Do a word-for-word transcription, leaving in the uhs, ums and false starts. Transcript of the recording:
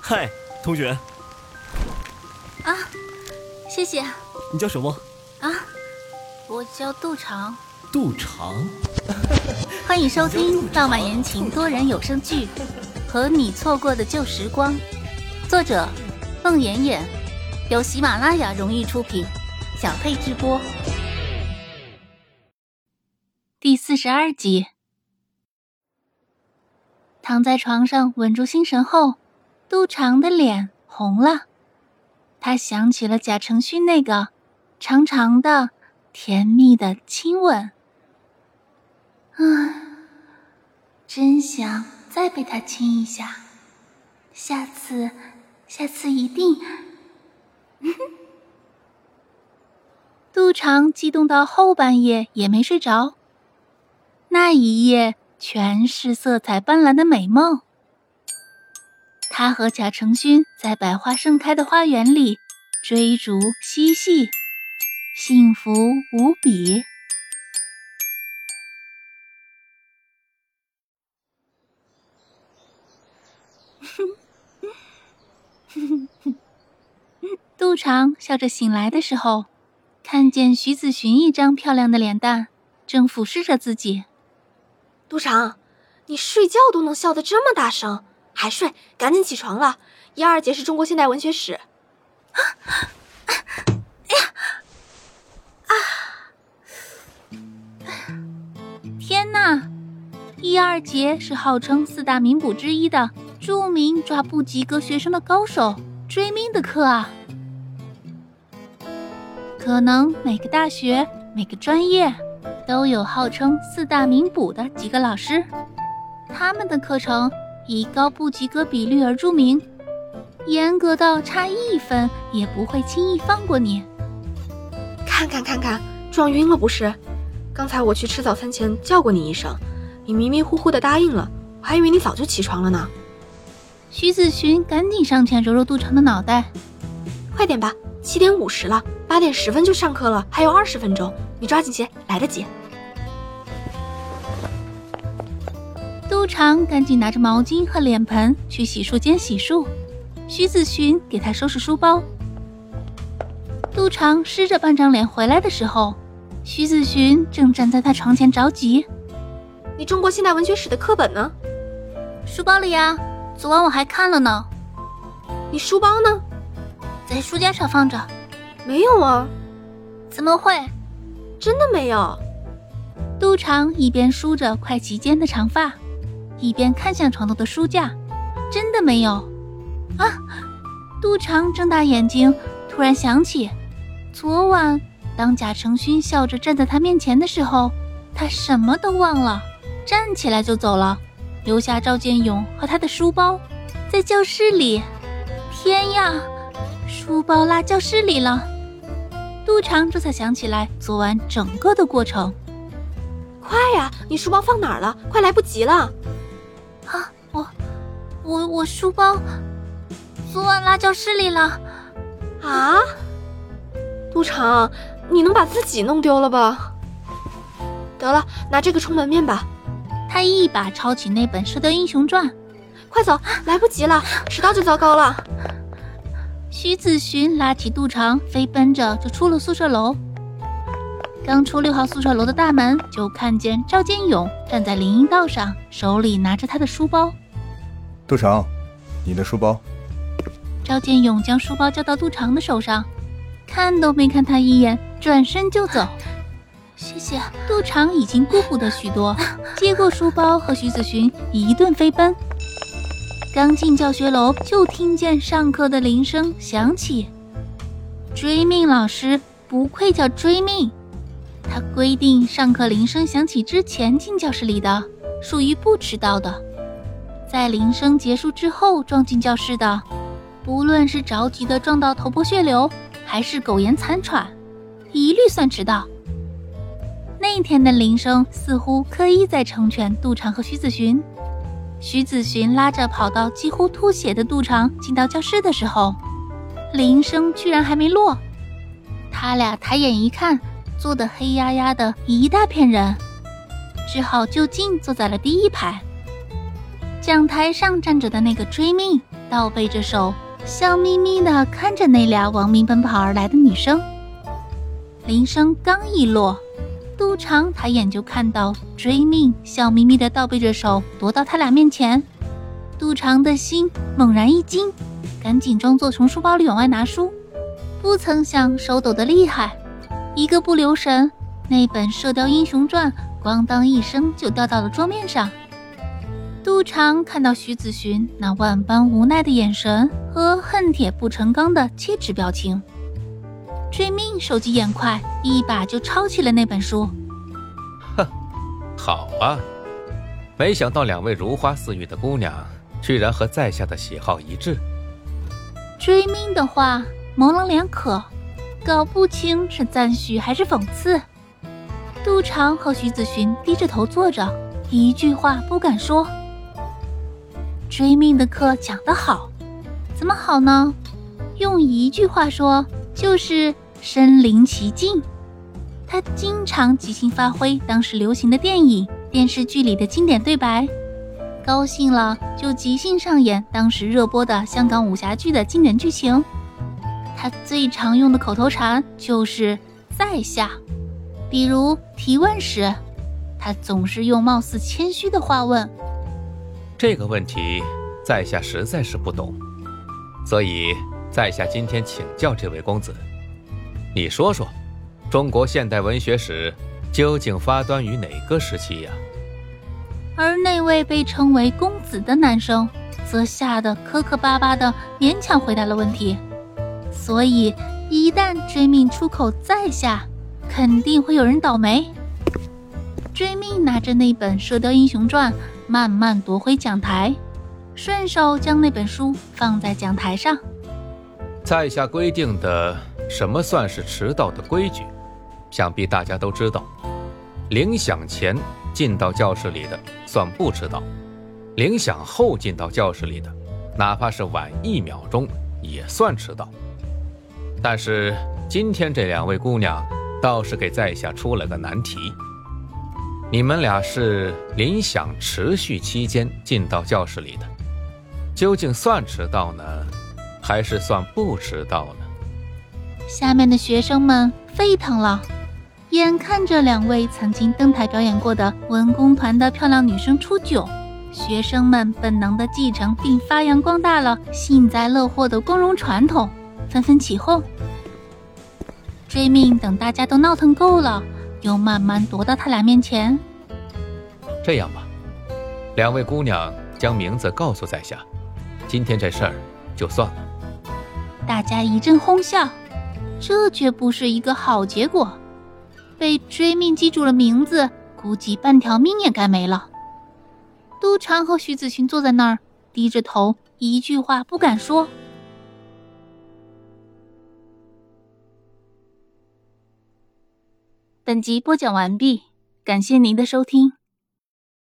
嗨，同学。 啊，谢谢。 你叫什么？ 啊，我叫杜长。 杜长。 欢迎收听浪漫言情多人有声剧《和你错过的旧时光》，作者孟妍妍，由喜马拉雅荣誉出品，小佩制播。第四十二集。躺在床上稳住心神后，杜长的脸红了。他想起了贾承勋那个长长的甜蜜的亲吻。唉，真想再被他亲一下，下次下次一定。杜长激动到后半夜也没睡着，那一夜全是色彩斑斓的美梦。他和贾承勋在百花盛开的花园里追逐嬉戏，幸福无比。杜长笑着醒来的时候，看见徐子寻一张漂亮的脸蛋正俯视着自己。 杜长，你睡觉都能笑得这么大声，还睡？赶紧起床了，一二节是中国现代文学史。 啊啊、哎呀啊！天哪！一二节是号称四大名捕之一的著名抓不及格学生的高手追命的课啊！可能每个大学每个专业都有号称四大名捕的几个老师，他们的课程以高不及格比率而著名，严格到差一分也不会轻易放过你。 看看看看，撞晕了不是？刚才我去吃早餐前叫过你一声，你迷迷糊糊的答应了，我还以为你早就起床了呢。 徐子寻赶紧上前揉揉杜长的脑袋。 快点吧，七点五十了，八点十分就上课了，还有二十分钟，你抓紧些，来得及。 杜长赶紧拿着毛巾和脸盆去洗漱间洗漱，徐子寻给他收拾书包。杜长湿着半张脸回来的时候，徐子寻正站在他床前着急。 你中国现代文学史的课本呢？ 书包里啊，昨晚我还看了呢。 你书包呢？ 在书架上放着。 没有啊。 怎么会？ 真的没有。 杜长一边梳着快齐肩的长发，一边看向床头的书架。真的没有啊！杜长睁大眼睛，突然想起昨晚当贾承勋笑着站在他面前的时候，他什么都忘了，站起来就走了，留下赵建勇和他的书包在教室里。天呀，书包落教室里了！杜长这才想起来昨晚整个的过程。 快呀，你书包放哪儿了？快来不及了！ 啊，我我我书包昨晚落教室里了。 啊？杜长，你能把自己弄丢了吧？得了，拿这个充门面吧。 他一把抄起那本《射雕英雄传》， 快走，来不及了，迟到就糟糕了。 徐子寻拉起杜长，飞奔着就出了宿舍楼。刚出六号宿舍楼的大门，就看见赵建勇站在林荫道上，手里拿着他的书包。 杜长，你的书包。 赵建勇将书包交到杜长的手上，看都没看他一眼，转身就走。谢谢。杜长已经顾不得许多，接过书包和徐子寻一顿飞奔。刚进教学楼，就听见上课的铃声响起。追命老师不愧叫追命，他规定上课铃声响起之前进教室里的，属于不迟到的；在铃声结束之后撞进教室的，不论是着急的撞到头破血流，还是苟延残喘，一律算迟到。那天的铃声似乎刻意在成全杜长和徐子寻。徐子寻拉着跑到几乎吐血的杜长进到教室的时候，铃声居然还没落。他俩抬眼一看，坐得黑压压的一大片人，只好就近坐在了第一排。讲台上站着的那个追命倒背着手，笑眯眯地看着那俩亡命奔跑而来的女生。铃声刚一落，杜长抬眼就看到追命笑眯眯地倒背着手踱到他俩面前。杜长的心猛然一惊，赶紧装作从书包里往外拿书，不曾想手抖得厉害，一个不留神，那本《射雕英雄传》咣当一声就掉到了桌面上。杜长看到徐子寻那万般无奈的眼神和恨铁不成钢的切齿表情，追命手疾眼快，一把就抄起了那本书。 哼，好啊，没想到两位如花似玉的姑娘居然和在下的喜好一致。 追命的话模棱两可，搞不清是赞许还是讽刺。杜长和徐子寻低着头坐着，一句话不敢说。追命的课讲得好，怎么好呢？用一句话说，就是身临其境。他经常即兴发挥当时流行的电影、电视剧里的经典对白，高兴了就即兴上演当时热播的香港武侠剧的经典剧情。他最常用的口头禅就是在下，比如提问时，他总是用貌似谦虚的话问： 这个问题在下实在是不懂，所以在下今天请教这位公子，你说说中国现代文学史究竟发端于哪个时期呀？ 而那位被称为公子的男生则吓得磕磕巴巴的勉强回答了问题。所以一旦追命出口在下，肯定会有人倒霉。追命拿着那本《射雕英雄传》慢慢夺回讲台，顺手将那本书放在讲台上。 在下规定的什么算是迟到的规矩，想必大家都知道。铃响前进到教室里的算不迟到，铃响后进到教室里的，哪怕是晚一秒钟也算迟到。但是今天这两位姑娘倒是给在下出了个难题，你们俩是铃响持续期间进到教室里的，究竟算迟到呢，还是算不迟到呢？ 下面的学生们沸腾了，眼看着两位曾经登台表演过的文工团的漂亮女生出糗，学生们本能地继承并发扬光大了幸灾乐祸的光荣传统，纷纷起哄。追命等大家都闹腾够了，又慢慢踱到他俩面前。 这样吧，两位姑娘将名字告诉在下，今天这事儿就算了。 大家一阵哄笑，这绝不是一个好结果。被追命记住了名字，估计半条命也该没了。杜长和徐子寻坐在那儿，低着头，一句话不敢说。本集播讲完毕，感谢您的收听。